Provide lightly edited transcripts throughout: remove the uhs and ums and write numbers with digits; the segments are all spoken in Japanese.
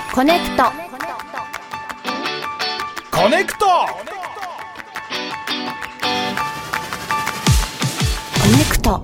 コネクトコネクトコネクト。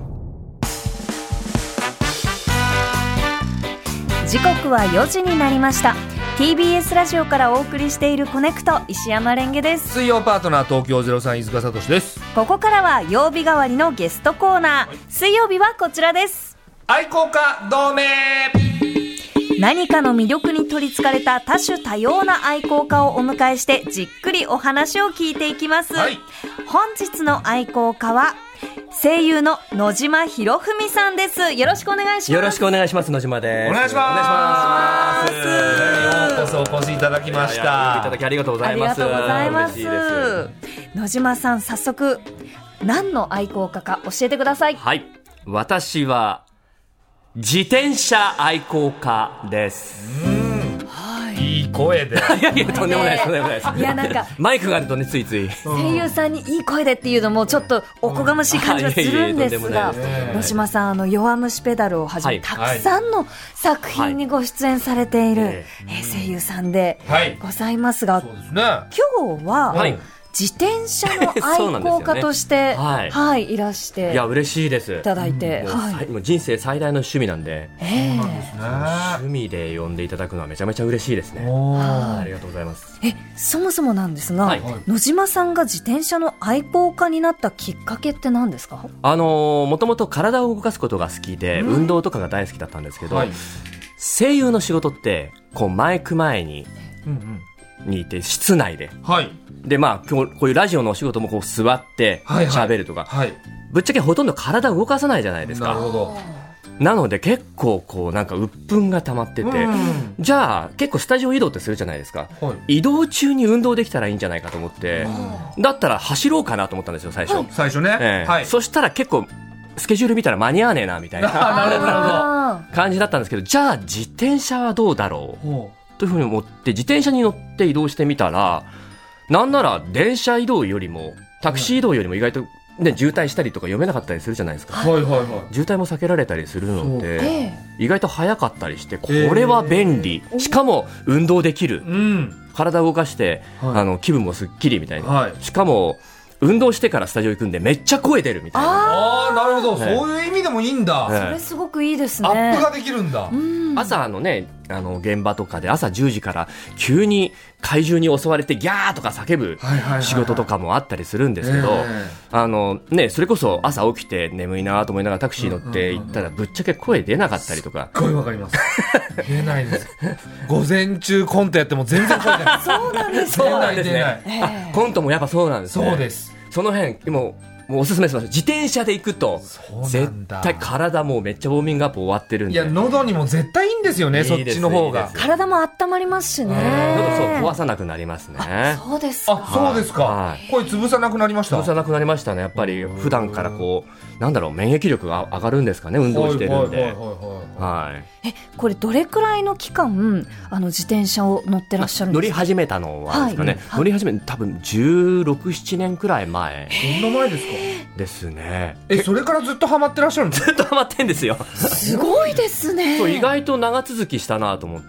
時刻は4時になりました。 TBS ラジオからお送りしているコネクト、石山レンゲです。 水曜パートナー東京03飯塚聡です。 ここからは曜日代わりのゲストコーナー、水曜日はこちらです。 愛好家同盟。 何かの魅力に取りつかれた多種多様な愛好家をお迎えしてじっくりお話を聞いていきます、 はい、 本日の愛好家は声優の野島博文さんです。よろしくお願いします。 よろしくお願いします。野島です。 お願いします。ようこそお越しいただきました。 いただきありがとうございます。 ありがとうございます。 嬉しいです。 野島さん、早速何の愛好家か教えてください。 はい、私は自転車愛好家です。 いい声で。 いやいや、とんでもないです、とんでもないです。 いや、なんかマイクがあるとね、ついつい声優さんにいい声でっていうのもちょっとおこがましい感じはするんですが、野島さん、弱虫ペダルをはじめ、たくさんの作品にご出演されている、声優さんでございますが、 そうですね、 今日は、自転車の愛好家として、いらして、 いや嬉しいです。 いただいて、 もう人生最大の趣味なんで、趣味で呼んでいただくのはめちゃめちゃ嬉しいですね。ありがとうございます。 そもそもなんですが、野島さんが自転車の愛好家になったきっかけって何ですか？ もともと体を動かすことが好きで、運動とかが大好きだったんですけど、声優の仕事ってこうマイク前に、にいて室内で、でまあこういうラジオのお仕事もこう座って喋るとか、ぶっちゃけほとんど体を動かさないじゃないですか。 なるほど。 なので結構こうなんか鬱憤が溜まってて、じゃあ結構スタジオ移動ってするじゃないですか、移動中に運動できたらいいんじゃないかと思って、だったら走ろうかなと思ったんですよ、最初。 最初ね、 そしたら結構スケジュール見たら間に合わねえなみたいな感じだったんですけど、じゃあ自転車はどうだろうというふうに思って、自転車に乗って移動してみたら、なんなら電車移動よりもタクシー移動よりも意外と、ね、渋滞したりとか読めなかったりするじゃないですか、渋滞も避けられたりするので、意外と早かったりして、これは便利、しかも運動できる、体を動かして、気分もすっきりみたいな、しかも運動してからスタジオ行くんでめっちゃ声出るみたいな。 なるほど、そういう意味でもいいんだ。 それすごくいいですね。 アップができるんだ。 朝現場とかで朝10時から急に怪獣に襲われてギャーとか叫ぶ仕事とかもあったりするんですけど、それこそ朝起きて眠いなと思いながらタクシー乗って行ったらぶっちゃけ声出なかったりとか。 すごいわかります。出ないです。午前中コントやっても全然声出ない。 そうなんです。 そうなんですね。コントもやっぱそうなんですね。 そうです。 その辺もうおすすめします。自転車で行くと絶対体もうめっちゃウォーミングアップ終わってるんで。 いや、喉にも絶対いいんですよね、そっちの方が。 体も温まりますしね。 喉壊さなくなりますね。 そうですか。 そうですか。声潰さなくなりました。 潰さなくなりましたね。やっぱり普段からこう免疫力が上がるんですかね、運動してるんで。 これどれくらいの期間自転車を乗ってらっしゃるんですか？乗り始めたのはですかね、乗り始め多分16、17年くらい前。 そんな前ですか？ ですね。 それからずっとハマってらっしゃるんですか？ ずっとハマってんですよ。 すごいですね。 意外と長続きしたなと思って。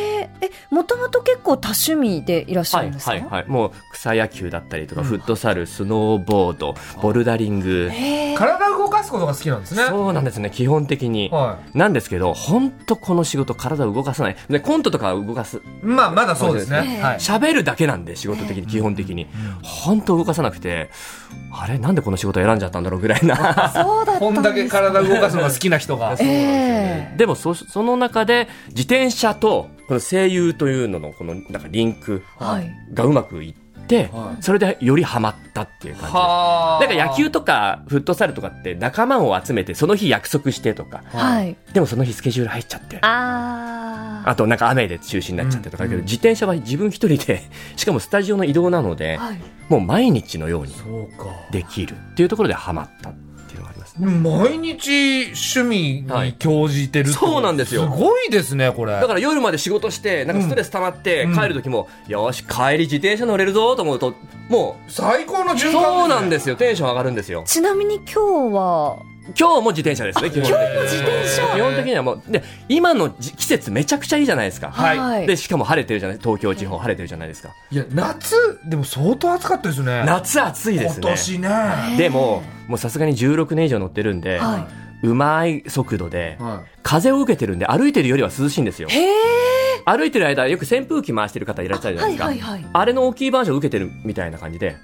もともと結構多趣味でいらっしゃるんですか？ もう草野球だったりとか、フットサル、スノーボード、ボルダリング、 体を動かすことが好きなんですね。 そうなんですね、基本的に、なんですけど、本当この仕事体を動かさないで、コントとか動かす、 まだそうですね。 喋るだけなんで、仕事的に基本的に本当動かさなくて、あれなんでこの仕事選んじゃったんだろうぐらいな。 そうだったんですね。 こんだけ体を動かすのが好きな人が。 でもその中で自転車とこの声優というののこのなんかリンクがうまくいって、それでよりハマったっていう感じで。なんか野球とかフットサルとかって仲間を集めてその日約束してとか、でもその日スケジュール入っちゃって、あとなんか雨で中止になっちゃってとか、けど自転車は自分一人で、しかもスタジオの移動なので、もう毎日のようにできるっていうところでハマったっていうのがあります。 毎日趣味に興じてるって、 そうなんですよ。 すごいですね、これ。 だから夜まで仕事してなんかストレス溜まって帰る時も、よし帰り自転車乗れるぞと思うと、もう最高の循環ですね。 そうなんですよ、テンション上がるんですよ。 ちなみに今日は今日も自転車ですね、基本的に。 今日も自転車。 基本的にはもう、で、今の季節めちゃくちゃいいじゃないですか。 はい。 で、しかも晴れてるじゃない、東京地方晴れてるじゃないですか。 いや、夏、でも相当暑かったですね。 夏暑いですね。 今年ね。 でも、もうさすがに16年以上乗ってるんで、うまい速度で、風を受けてるんで、歩いてるよりは涼しいんですよ。歩いてる間、よく扇風機回してる方いらっしゃるじゃないですか。あれの大きいバージョンを受けてるみたいな感じで。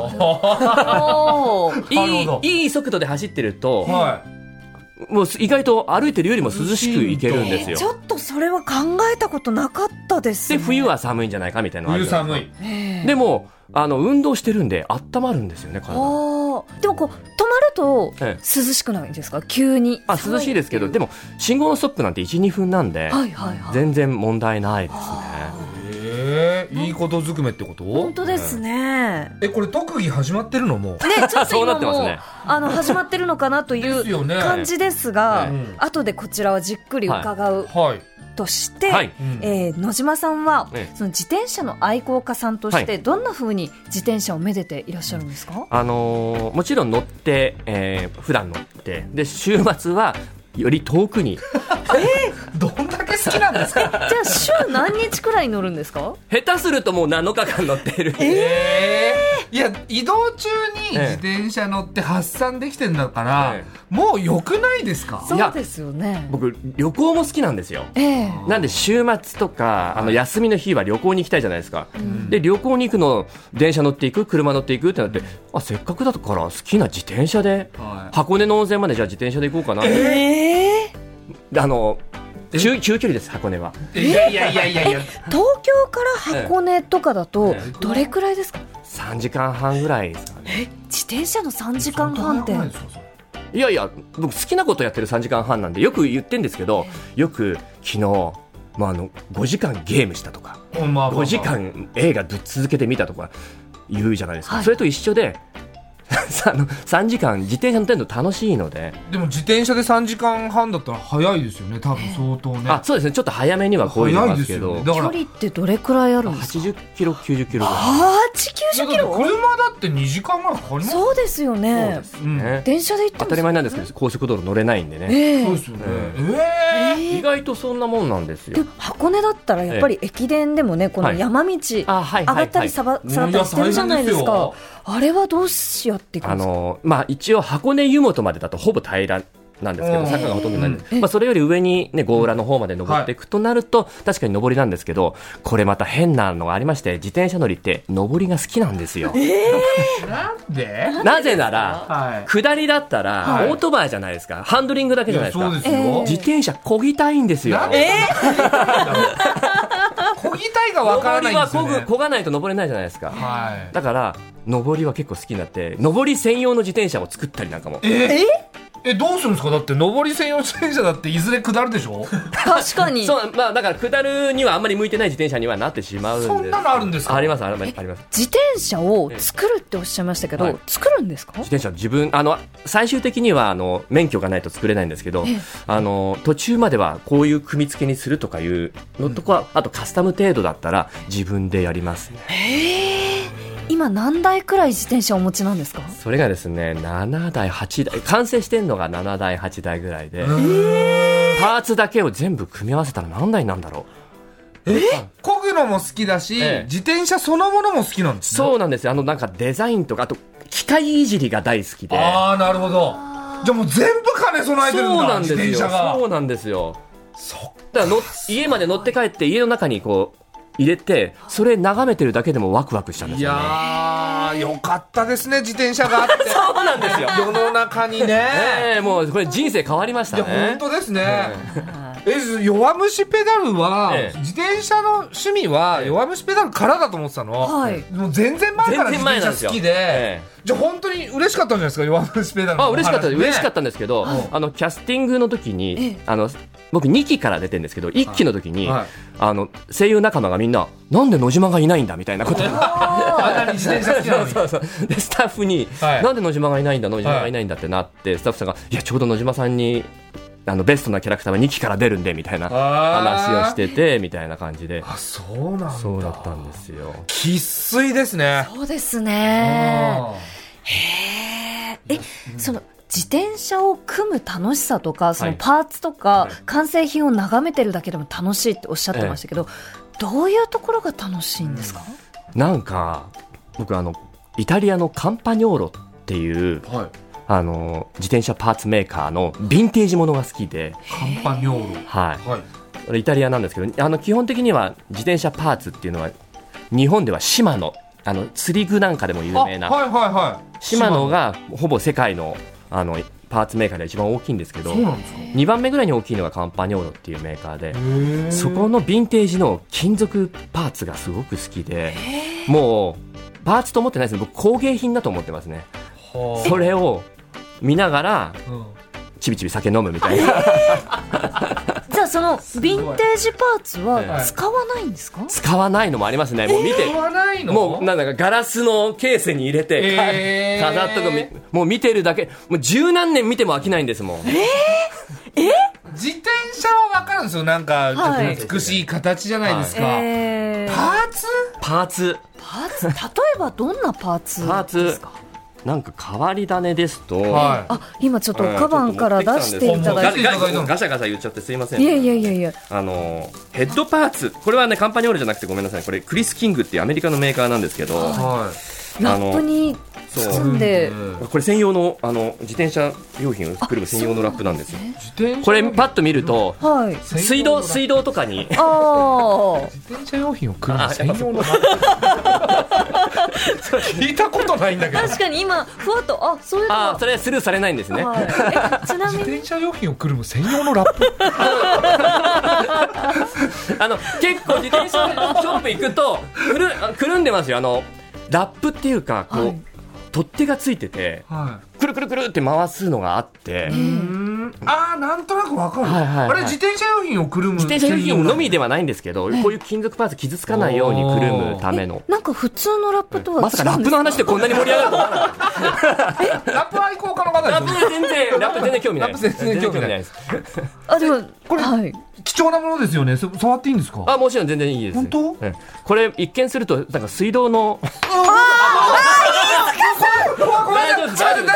いい速度で走ってると、もう意外と歩いてるよりも涼しく行けるんですよ。 ちょっとそれは考えたことなかったですね。 で、冬は寒いんじゃないかみたいなのある。 冬寒い。 でも、運動してるんで温まるんですよね、体。 でもこう止まると涼しくないんですか、急に。 涼しいですけど、でも信号のストップなんて 1,2 分なんで、全然問題ないですね。いいことずくめってこと？ 本当ですね。 これ特技始まってるのも？ ね、ちょっと今も始まってるのかなという感じですが、後でこちらはじっくり伺うとして、野島さんはその自転車の愛好家さんとしてどんな風に自転車をめでていらっしゃるんですか？ もちろん乗って、普段乗ってで週末はより遠くにどんだけ好きなんですか？ じゃあ週何日くらい乗るんですか？ 下手するともう7日間乗ってる。 いや、移動中に自転車乗って発散できてんだから、もう良くないですか？ そうですよね。 僕旅行も好きなんですよ。なんで週末とか休みの日は旅行に行きたいじゃないですか。で、旅行に行くの電車乗っていく、車乗っていくってなって、せっかくだから好きな自転車で、箱根の温泉までじゃあ自転車で行こうかな。中距離です、箱根は。 東京から箱根とかだとどれくらいですか ？3時間半ぐらいですかね。 自転車の3時間半って。 いやいや、僕好きなことやってる3時間半なんでよく言ってるんですけど、よく昨日、5時間ゲームしたとか、5時間映画ぶっ続けて見たとか言うじゃないですか。それと一緒で3時間自転車乗ってるの楽しいので。 でも自転車で3時間半だったら早いですよね、多分相当ね。 そうですね、ちょっと早めにはこいでますけど、 距離ってどれくらいあるんですか？ 80キロ90キロぐらい。 90キロ。 車だって2時間ぐらいかかります。 そうですよね。電車で行っても当たり前なんですけど、高速道路乗れないんでね。 そうですよね。 意外とそんなもんなんですよ。 箱根だったらやっぱり駅伝でもね、この山道上がったり下がったりしてるじゃないですか。あれはどうしやっていくんですか？ 一応箱根湯本までだとほぼ平らなんですけど、坂がほとんどないんで、それより上にね、強羅の方まで登っていくとなると、確かに上りなんですけど、これまた変なのがありまして、自転車乗りって上りが好きなんですよ。 なんで？ なぜなら、下りだったらオートバイじゃないですか、ハンドリングだけじゃないですか。自転車漕ぎたいんですよ。 漕ぎたいが分からないんですよね。 上りは漕がないと登れないじゃないですか。だから上りは結構好きになって、上り専用の自転車を作ったりなんかも。 どうするんですか？だって上り専用自転車だっていずれ下るでしょ？ 確かに。 そう、だから下るにはあんまり向いてない自転車にはなってしまうんで。 そんなのあるんですか？ ありますあります。 自転車を作るっておっしゃいましたけど、作るんですか？ 自転車自分最終的には免許がないと作れないんですけど、途中まではこういう組み付けにするとかいうのとか、あとカスタム程度だったら自分でやりますね。 今何台くらい自転車をお持ちなんですか？ それがですね、7台8台、完成してんのが7台8台ぐらいで、パーツだけを全部組み合わせたら何台なんだろう。 漕ぐのも好きだし、自転車そのものも好きなんですね。 そうなんですよ。なんかデザインとか、あと機械いじりが大好きで。 なるほど。じゃあもう全部兼ね備えてるんだ、自転車が。 そうなんですよ。だから家まで乗って帰って家の中にこう入れて、それ眺めてるだけでもワクワクしたんですよね。 いやー、よかったですね、自転車があって。 そうなんですよ。 世の中にね。 もうこれ人生変わりましたね。 いや、本当ですね。弱虫ペダルは、自転車の趣味は弱虫ペダルからだと思ってたの。もう全然前から自転車好きで。じゃあ本当に嬉しかったんじゃないですか、弱虫ペダルの話。 嬉しかったんですけど、キャスティングの時に、僕2期から出てるんですけど、1期の時に、声優仲間がみんな、なんで野島がいないんだみたいなこと自転車好きなのに。 でスタッフに、なんで野島がいないんだってなって、スタッフさんが、いやちょうど野島さんにベストなキャラクターは2期から出るんでみたいな話をしてて、みたいな感じで。 そうなんだ。 そうだったんですよ。 生粋ですね。 そうですね。その自転車を組む楽しさとか、そのパーツとか完成品を眺めてるだけでも楽しいっておっしゃってましたけど、どういうところが楽しいんですか？ なんか僕イタリアのカンパニョーロっていう、自転車パーツメーカーのヴィンテージものが好きで。 カンパニョーロ、 はい、イタリアなんですけど、基本的には自転車パーツっていうのは日本ではシマノ、釣り具なんかでも有名な、シマノがほぼ世界のパーツメーカーで一番大きいんですけど、2番目ぐらいに大きいのがカンパニョーロっていうメーカーで、そこのヴィンテージの金属パーツがすごく好きで、もうパーツと思ってないですね、僕工芸品だと思ってますね。それを見ながら、ちびちび酒飲むみたいな。 じゃあそのヴィンテージパーツは使わないんですか？ 使わないのもありますね。もう見て、もうなんだかガラスのケースに入れて、飾っとく、もう見てるだけ、もう十何年見ても飽きないんですもん。 自転車は分かるんですよ。なんか美しい形じゃないですか。パーツ例えばどんなパーツですか？ なんか変わり種ですと、 今ちょっとおカバンから出していただいて、 ガシャガシャ言っちゃってすいません。 いやヘッドパーツ、これはねカンパニョールじゃなくてごめんなさい、これクリス・キングっていうアメリカのメーカーなんですけど、 ラップに包んで、 これ専用の自転車用品を作る専用のラップなんですよ。これパッと見ると、水道とかに自転車用品をくるむ専用のラップ聞いたことないんだけど。 確かに今ふわっとそういうの、 それスルーされないんですね。 ちなみに自転車用品をくるむ専用のラップ結構自転車ショップ行くとくるんでますよ。ラップっていうかこう、取っ手がついてて、くるくるくるって回すのがあって、 なんとなくわかる。あれ自転車用品をくるむ、 自転車用品のみではないんですけど、こういう金属パーツ傷つかないようにくるむための。 なんか普通のラップとは違うんですか？ まさかラップの話でこんなに盛り上がると思わなかった。 ラップ愛好家の方ですよね。 ラップ全然興味ないです。全然興味ないです。 でもこれ貴重なものですよね。触っていいんですか？ もちろん全然いいです。 本当？ これ一見するとなんか水道の。大丈夫。 ちょっと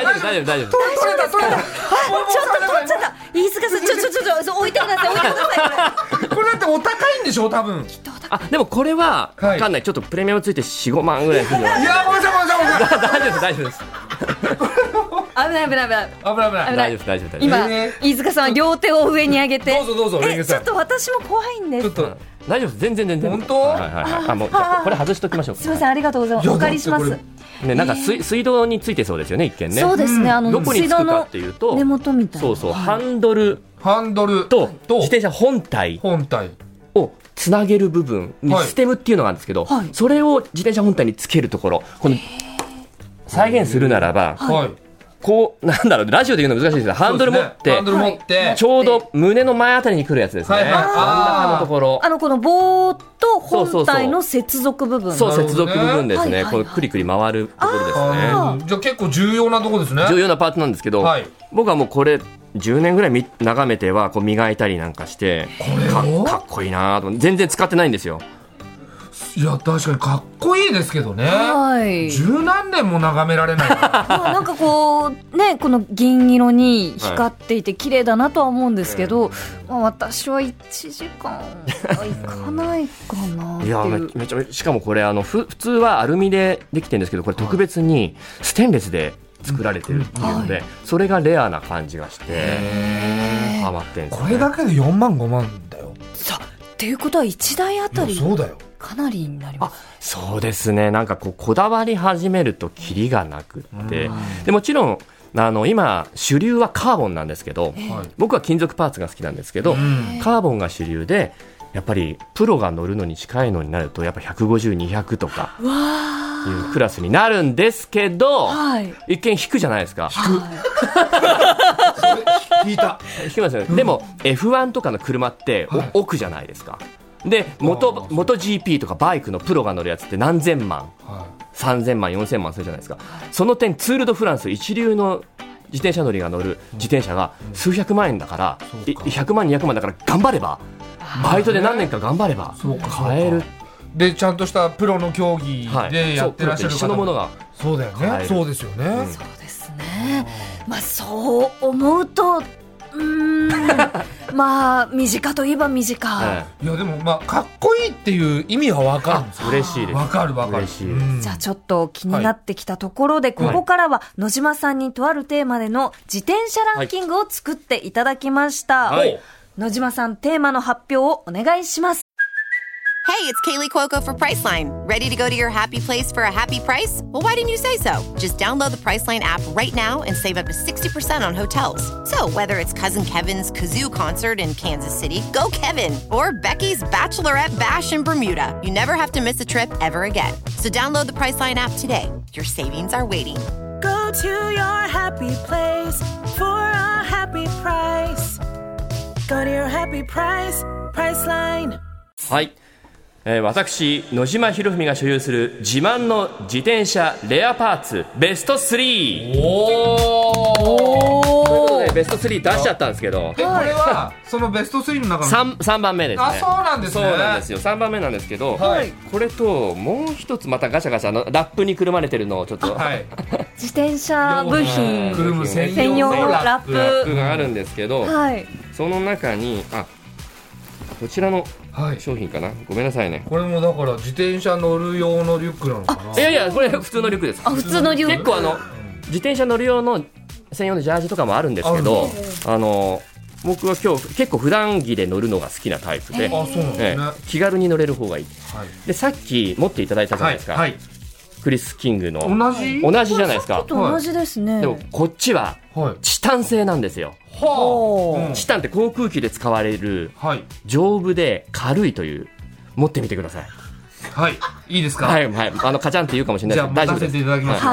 飯塚さん、ちょ置いてください。 これだってお高いんでしょ多分。 でもこれは分かんない。ちょっとプレミアムついて 4,5 万ぐらいする。いやごめんなさい。 大丈夫です。 危ない。 大丈夫。 今飯塚さんは両手を上に上げて、 どうぞ。 ちょっと私も怖いんです。 大丈夫です。全然。 本当？ もうこれ外しときましょう。 すみません、ありがとうございます。お借りします。 なんか水道についてそうですよね、一見ね。 そうですね。 どこにつくかっていうと、 根元みたいな。 そう、ハンドルと自転車本体をつなげる部分にステムっていうのがあるんですけど、それを自転車本体につけるところ、この再現するならば、こうなんだろう、ラジオで言うの難しいですけど、ハンドル持ってちょうど胸の前あたりに来るやつですね。真ん中のところ、 この棒と本体の接続部分。 そう接続部分ですね。こうクリクリ回るところですね。 じゃあ結構重要なところですね。 重要なパーツなんですけど、僕はもうこれ10年ぐらい眺めてはこう磨いたりなんかしてかっこいいなと。全然使ってないんですよ。 いや確かにかっこいいですけどね。十何年も眺められない。 なんかこうね、この銀色に光っていて綺麗だなとは思うんですけど、私は1時間はいかないかなっていう。いやめちゃめちゃ、しかもこれ普通はアルミでできてるんですけど、これ特別にステンレスで作られてるっていうので、それがレアな感じがしてハマってんですね。 これだけで4万5万だよ。 っていうことは1台あたりそうだよ、 かなりになります。 そうですね。なんかこだわり始めるとキリがなくって、でもちろん今主流はカーボンなんですけど、僕は金属パーツが好きなんですけど、カーボンが主流で、やっぱりプロが乗るのに近いのになるとやっぱ150、200とかいうクラスになるんですけど、一見引くじゃないですか。 引きますよね。でも F1 とかの車って奥じゃないですか。で元 GP とかバイクのプロが乗るやつって何千万、3000万4000万するじゃないですか。その点ツール・ド・フランス一流の自転車乗りが乗る自転車が数百万円だから、100万200万だから頑張れば、バイトで何年か頑張れば買える。 でちゃんとしたプロの競技でやってらっしゃる方、 一緒のものが。 そうだよね。そうですよね。 そうですね。 まあそう思うとまあ身近といえば身近、 いやでもまあかっこいいっていう意味は分かるんですよ。 嬉しいです。 分かる嬉しいです。 じゃあちょっと気になってきたところで、ここからは野島さんにとあるテーマでの自転車ランキングを作っていただきました、野島さんテーマの発表をお願いします。 Hey, it's Kaylee Cuoco for Priceline. Ready to go to your happy place for a happy price? Well, why didn't you say so? Just download the Priceline app right now and save up to 60% on hotels. So whether it's Cousin Kevin's Kazoo Concert in Kansas City, go Kevin, or Becky's Bachelorette Bash in Bermuda, you never have to miss a trip ever again. So download the Priceline app today. Your savings are waiting. Go to your happy place for a happy price. Go to your happy price, Priceline. はい。私野島博文が所有する自慢の自転車レアパーツベスト3。おー、ということでベスト3出しちゃったんですけど、 これはそのベスト3の中の 3番目ですね。 あ、そうなんですね。 そうなんですよ。3番目なんですけど、これともう一つまたガシャガシャのラップにくるまれてるのをちょっと、 自転車部品専用のラップがあるんですけど、その中にこちらの商品かな、ごめんなさいね。 これもだから自転車乗る用のリュックなのかな。 いやこれ普通のリュックです。 普通のリュック。 結構自転車乗る用の専用のジャージとかもあるんですけど、僕は今日結構普段着で乗るのが好きなタイプで、気軽に乗れる方がいい。でさっき持っていただいたじゃないですか、クリス・キングの同じじゃないですか。 同じですね。 でもこっちはチタン製なんですよ。チタンって航空機で使われる丈夫で軽いという。持ってみてください。 はい、いいですか。 カチャンって言うかもしれないですけど大丈夫です。じゃあ持たせていただきます。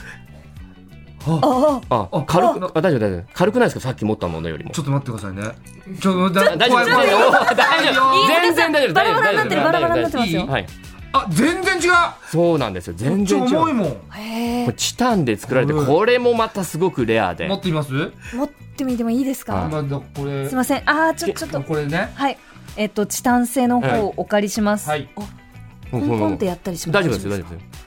大丈夫。軽くないですか、さっき持ったものよりも。 ちょっと待ってくださいね。 大丈夫。全然大丈夫。 バラバラになってる。バラバラになってますよ。 全然違う。 そうなんですよ。全然違う。 重いもん。 これチタンで作られて、これもまたすごくレアで。 持ってみます？ 持ってみてもいいですか？すいません。ちょっとこれね。 はい。チタン製の方をお借りします。ポンポンってやったりします。 大丈夫です。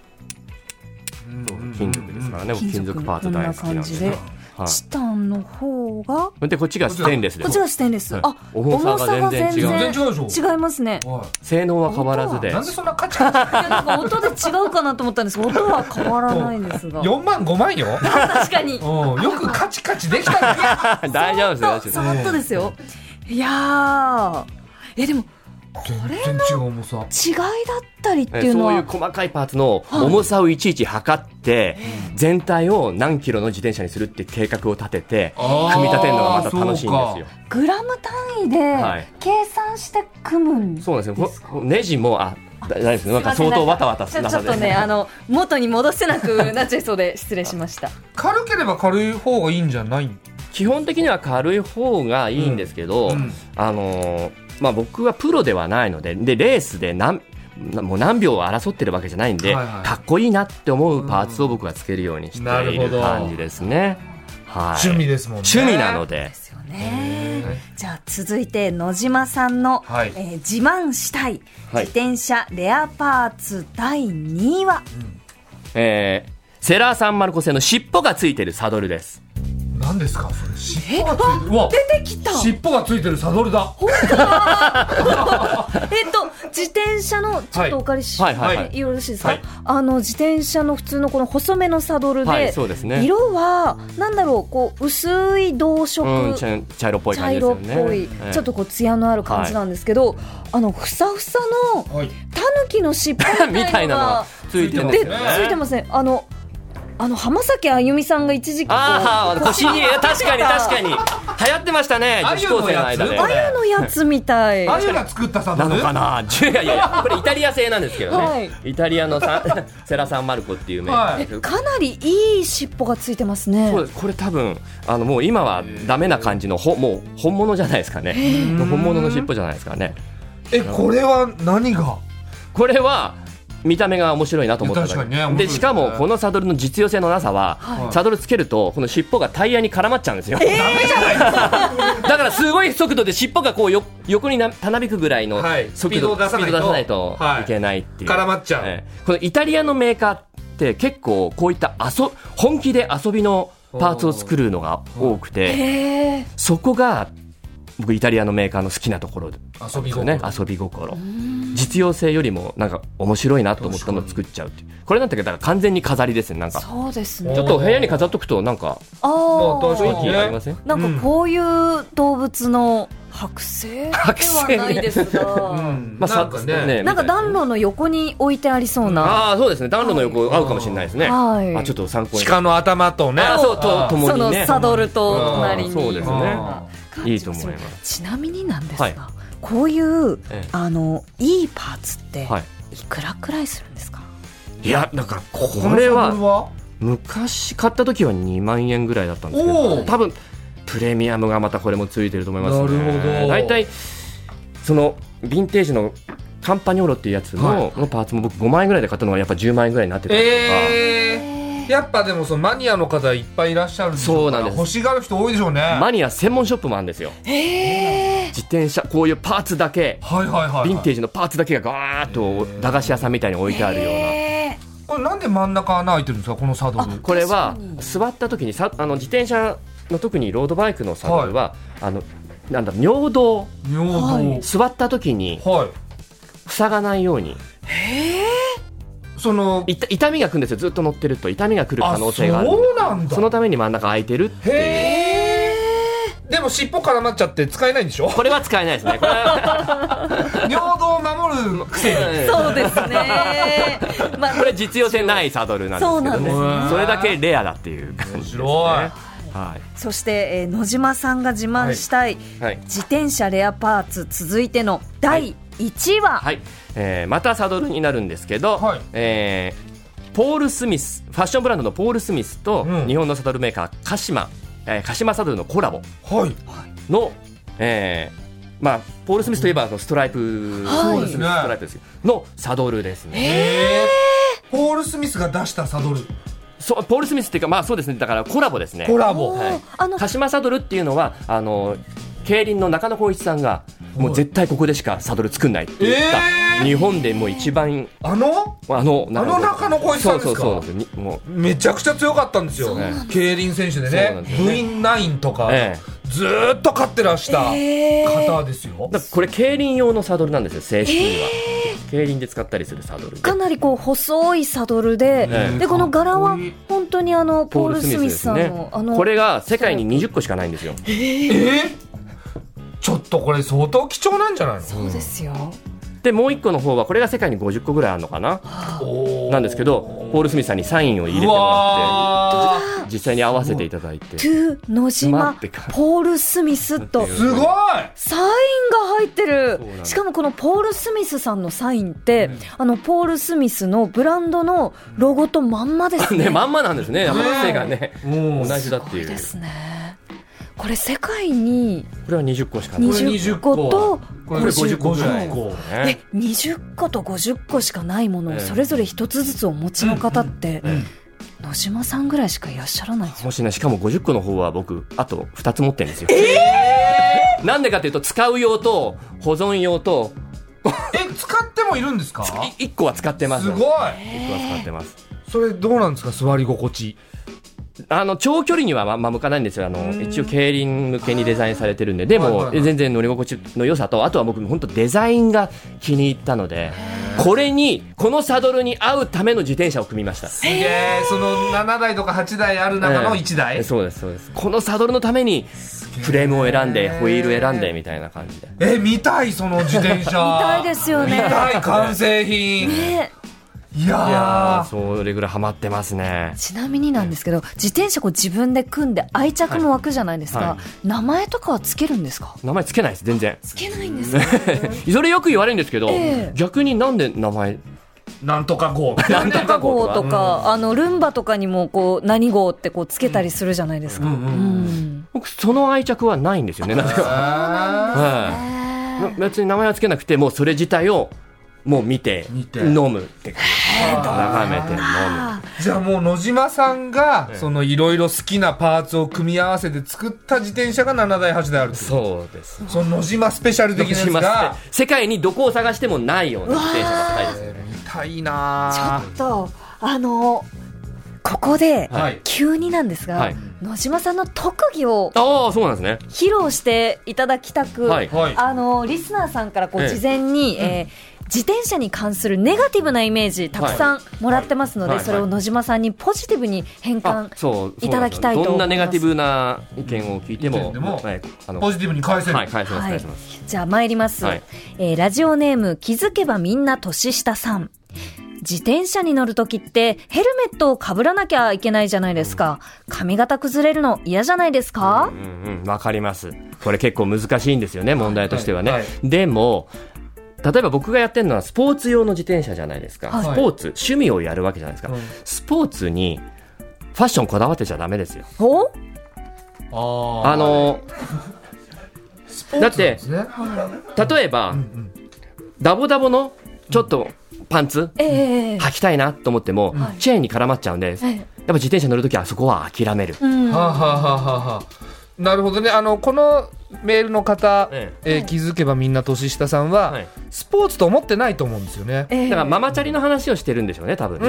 金属ですからね。金属パーツ大好きなんで。 チタンの方がで、こっちがステンレスです。 こっちがステンレス。重さが全然違いますね。 性能は変わらずで。 なんでそんなカチカチ。 なんか音で違うかなと思ったんですけど、音は変わらないんですが。 4万5万よ。 確かに。 よくカチカチできたね。大丈夫です。 そーっとですよ。いやー、でもこれの違いだったりっていうのは、 そういう細かいパーツの重さをいちいち測って全体を何キロの自転車にするって計画を立てて組み立てるのがまた楽しいんですよ。 グラム単位で計算して組むんですか？ そうですね。ネジも大丈夫です。なんか相当わたわたするちょっとね、元に戻せなくなっちゃいそうで失礼しました。 軽ければ軽い方がいいんじゃない？ 基本的には軽い方がいいんですけど、僕はプロではないので、レースでもう何秒を争ってるわけじゃないんで、かっこいいなって思うパーツを僕はつけるようにしている感じですね。 趣味ですもんね。 趣味なので。 ですよね。じゃあ続いて野島さんの、自慢したい自転車レアパーツ第2位は、 セラーサンマルコ製の尻尾がついてるサドルです。 何ですかそれ？尻尾がついてる。 出てきた。 尻尾がついてるサドルだ。 本当だ。自転車のちょっとお借りしてよろしいですか？自転車の普通のこの細めのサドルで、色はなんだろう、こう薄い同色、 茶色っぽい感じですよね。 ちょっとこう艶のある感じなんですけど、ふさふさのタヌキの尻尾みたいなのがついてますね。 ついてますね。浜崎あゆみさんが一時期腰に確かに流行ってましたね、女子高生の間で。 あゆのやつみたい。 あゆが作ったサドルなのかな。いやこれイタリア製なんですけどね。イタリアのセラサンマルコっていうメーカー。 かなりいい尻尾がついてますね。 そうです。これ多分もう今はダメな感じのもう本物じゃないですかね。本物の尻尾じゃないですかね。 これは何が？ これは見た目が面白いなと思っただけで、しかもこのサドルの実用性のなさは、サドルつけるとこの尻尾がタイヤに絡まっちゃうんですよ。ダメじゃないですか。だからすごい速度で尻尾がこう横にたなびくぐらいのスピードを出さないといけないっていう、 絡まっちゃう。 このイタリアのメーカーって結構こういった本気で遊びのパーツを作るのが多くて、そこが僕イタリアのメーカーの好きなところですよね。遊び心、実用性よりもなんか面白いなと思ったのを作っちゃうっていう。これなんてだから完全に飾りですね。なんかそうですね、 ちょっと部屋に飾っとくとなんか雰囲気ありません？ なんかこういう動物の剥製ではないですが、なんか暖炉の横に置いてありそうな。 そうですね、暖炉の横合うかもしれないですね。ちょっと参考に。 鹿の頭とね、 ともにね、 そのサドルと隣に。 そうですね、いいと思います。 ちなみになんですが、こういういいパーツっていくらくらいするんですか？ いや、だからこれは昔買った時は2万円ぐらいだったんですけど、多分プレミアムがまたこれもついてると思いますね。なるほど。大体そのヴィンテージのカンパニョーロっていうやつのパーツも僕5万円ぐらいで買ったのがやっぱ10万円ぐらいになってたりとか、 やっぱでもそのマニアの方いっぱいいらっしゃるんですよ。そうなんです。欲しがる人多いでしょうね。 マニア専門ショップもあるんですよ。自転車こういうパーツだけ、ヴィンテージのパーツだけがガーッと駄菓子屋さんみたいに置いてあるような。 これなんで真ん中穴開いてるんですか、このサドル？ これは座った時に自転車の特にロードバイクのサドルは、なんだ尿道、座った時に塞がないように、その痛みが来るんですよ。ずっと乗ってると痛みが来る可能性がある。 そうなんだ。 そのために真ん中開いてるっていう。 でも尻尾絡まっちゃって使えないんでしょ？これは使えないですね。これは尿道を守るくせに。 そうですね。 これ実用性ないサドルなんですけどね。それだけレアだっていう感じですね。 そして、野島さんが自慢したい自転車レアパーツ、続いての第1位は、 またサドルになるんですけど、ポール・スミス、ファッションブランドのポール・スミスと日本のサドルメーカー鹿島サドルのコラボの、ポール・スミスといえばストライプ、のサドルですね。 ポール・スミスが出したサドル。 ポール・スミスっていうか、そうですね、だからコラボですね。 コラボ、 鹿島サドルっていうのは競輪の中野浩一さんがもう絶対ここでしかサドル作んないって言った、日本でもう一番中野浩一さんですか？そうもうめちゃくちゃ強かったんですよ、競輪選手でね。V9 とか、ずーっと勝ってらした方ですよ。 だこれ競輪用のサドルなんですよ、正式には。競輪で使ったりするサドルで、 かなりこう細いサドルで、でこの柄は本当にポール・スミスさんのこれが世界に20個しかないんですよ。 ちょっとこれ相当貴重なんじゃないの？ そうですよ。 でもう1個の方はこれが世界に50個ぐらいあるのかな、なんですけど、ポール・スミスさんにサインを入れてもらって実際に合わせていただいて、 トゥ野島ポール・スミスとすごいサインが入ってる。しかもこのポール・スミスさんのサインって、ポール・スミスのブランドのロゴとまんまですね。 まんまなんですね。背がね同じだっていう。 すごいですね。これ世界にこれは20個しかない。 20個とこれ50個ぐらい。 20個と50個しかないものをそれぞれ一つずつお持ちの方って野島さんぐらいしかいらっしゃらないんですよ。 もしね、しかも50個の方は僕あと2つ持ってるんですよ。なんでかというと、使う用と保存用と使ってもいるんですか ？1個は使ってます。 すごい。1個は使ってます。 それどうなんですか、座り心地？ 長距離には向かないんですよ。一応競輪向けにデザインされてるんで、でも全然乗り心地の良さと、あとは僕本当デザインが気に入ったので、このサドルに合うための自転車を組みました。 すげえ。その7台とか8台ある中の1台、 そうですそうです。このサドルのためにフレームを選んでホイール選んでみたいな感じで。 見たい、その自転車。 見たいですよね。 見たい、完成品。いやそれぐらいハマってますね。 ちなみになんですけど、自転車自分で組んで愛着も湧くじゃないですか、名前とかはつけるんですか？ 名前つけないです、全然つけないんですか？ それよく言われるんですけど、逆になんで名前なんとか号なんとか号とか、ルンバとかにも何号ってつけたりするじゃないですか。 僕その愛着はないんですよね。別に名前はつけなくて、もうそれ自体をもう見て飲むって眺めて飲む。 じゃあもう野島さんがいろいろ好きなパーツを組み合わせて作った自転車が7台8台あるって。 そうです。 その野島スペシャル的なやつが世界にどこを探してもないような自転車ばっかりですね。 見たいな。 ちょっとここで急になんですが、 野島さんの特技をそうなんですね、 披露していただきたく、 はい、 リスナーさんから事前に、自転車に関するネガティブなイメージたくさんもらってますので、それを野島さんにポジティブに変換いただきたいと思います。 どんなネガティブな意見を聞いても、 ポジティブに返せる。 返せます。 じゃあ参ります、ラジオネーム気づけばみんな年下さん。自転車に乗るときってヘルメットをかぶらなきゃいけないじゃないですか。髪型崩れるの嫌じゃないですか？ わかります。これ結構難しいんですよね、問題としてはね。でも例えば僕がやってるのはスポーツ用の自転車じゃないですか、スポーツ、趣味をやるわけじゃないですか、スポーツにファッションこだわってちゃダメですよ。だって例えば、ダボダボのちょっとパンツ、履きたいなと思っても、チェーンに絡まっちゃうんで、やっぱ自転車乗るときはそこは諦める。 なるほどね。このメールの方、気づけばみんな年下さんは、スポーツと思ってないと思うんですよね。 だからママチャリの話をしてるんでしょうね、多分ね。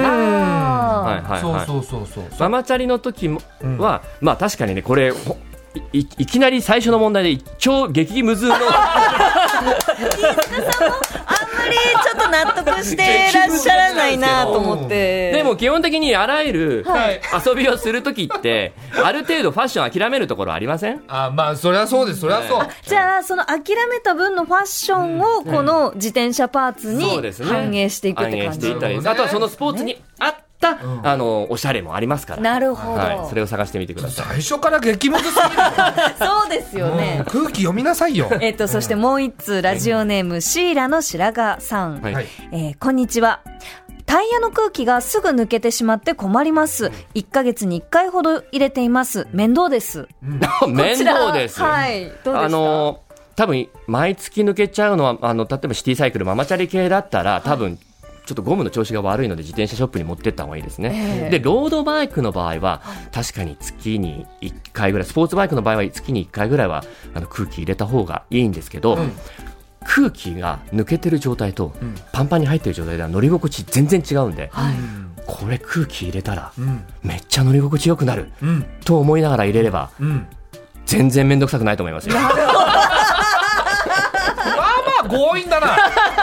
ママチャリの時は、まあ確かにね、これいきなり最初の問題で超激ムズの飯塚さんもあんまりちょっと納得してらっしゃらないなと思って。 でも基本的にあらゆる遊びをするときって、ある程度ファッション諦めるところありません？ まあそりゃそうです、そりゃそう。 じゃあその諦めた分のファッションをこの自転車パーツに反映していくって感じ。 あとはそのスポーツに合ったおしゃれもありますから。 なるほど、 それを探してみてください。 最初から激ムズすぎるそうですよね、 空気読みなさいよ。 そしてもう一通、ラジオネームシーラの白髪さん、こんにちは。タイヤの空気がすぐ抜けてしまって困ります。1ヶ月に1回ほど入れています。面倒です。 面倒です。 どうですか？ 多分毎月抜けちゃうのは例えばシティサイクルママチャリ系だったら多分ちょっとゴムの調子が悪いので自転車ショップに持ってった方がいいですね。でロードバイクの場合は確かに月に1回ぐらい、スポーツバイクの場合は月に1回ぐらいは空気入れた方がいいんですけど、空気が抜けてる状態とパンパンに入ってる状態では乗り心地全然違うんで、これ空気入れたらめっちゃ乗り心地よくなる、と思いながら入れれば、全然面倒くさくないと思いますよ。 強引だな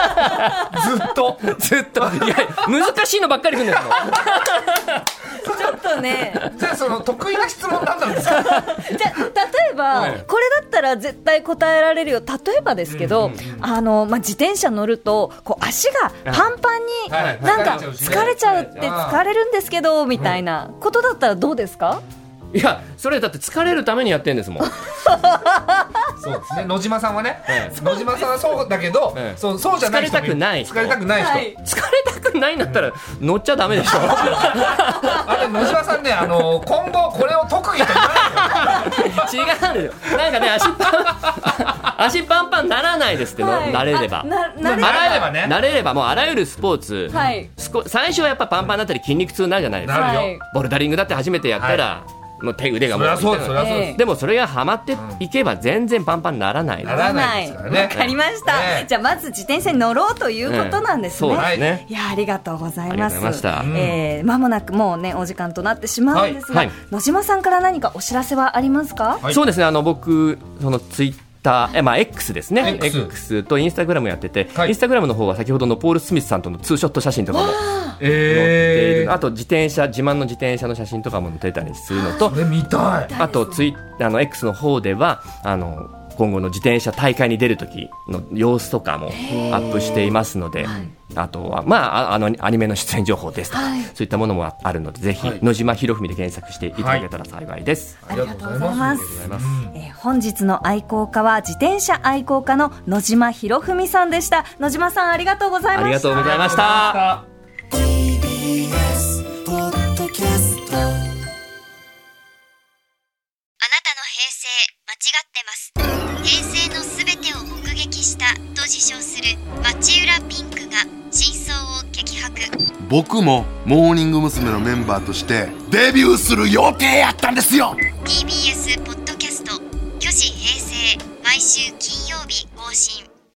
ずっといや難しいのばっかりくんですもんちょっとね。 じゃあその得意な質問なんですか？ じゃあ例えば、これだったら絶対答えられるよ。例えばですけど、自転車乗るとこう足がパンパンになんか疲れちゃうって疲れるんですけどみたいなことだったらどうですか？ いやそれだって疲れるためにやってるんですもん。 そうですね、野島さんはね、野島さんはそうだけど、そうじゃない人、 疲れたくない人、 疲れたくない人、 疲れたくないんだったら乗っちゃダメでしょ。 野島さんね、今後これを特技と言わないよ。違うんですよ。なんかね、足パンパンならないですって、慣れれば慣れればもうあらゆるスポーツ、最初はやっぱパンパンだったり筋肉痛になるじゃないですか。ボルダリングだって初めてやったら、もう手腕がもうでもそれがハマっていけば全然パンパンにならない。 ならないですからね。 わかりました。じゃあまず自転車に乗ろうということなんですね。 そうですね。 いやありがとうございます。 間もなくもうねお時間となってしまうんですが、野島さんから何かお知らせはありますか？ そうですね。僕そのツイッターX ですね。X とインスタグラムやってて、インスタグラムの方は先ほどのポール・スミスさんとのツーショット写真とかも載っている。あと自慢の自転車の写真とかも載ってたりするのと、 それ見たい。 あとX の方では今後の自転車大会に出る時の様子とかもアップしていますので、あとはアニメの出演情報ですとか、そういったものもあるので、ぜひ野島博文で検索していただけたら幸いです。 ありがとうございます。本日の愛好家は自転車愛好家の野島博文さんでした。野島さんありがとうございました。 ありがとうございました。 TBS ポッドキャスト。あなたの平成間違ってます。平成のすべてを目撃したと自称する町浦ピンクが真相を激白。 僕もモーニング娘。のメンバーとしてデビューする予定やったんですよ。 TBS ポッドキャスト、虚子平成、毎週金曜日更新。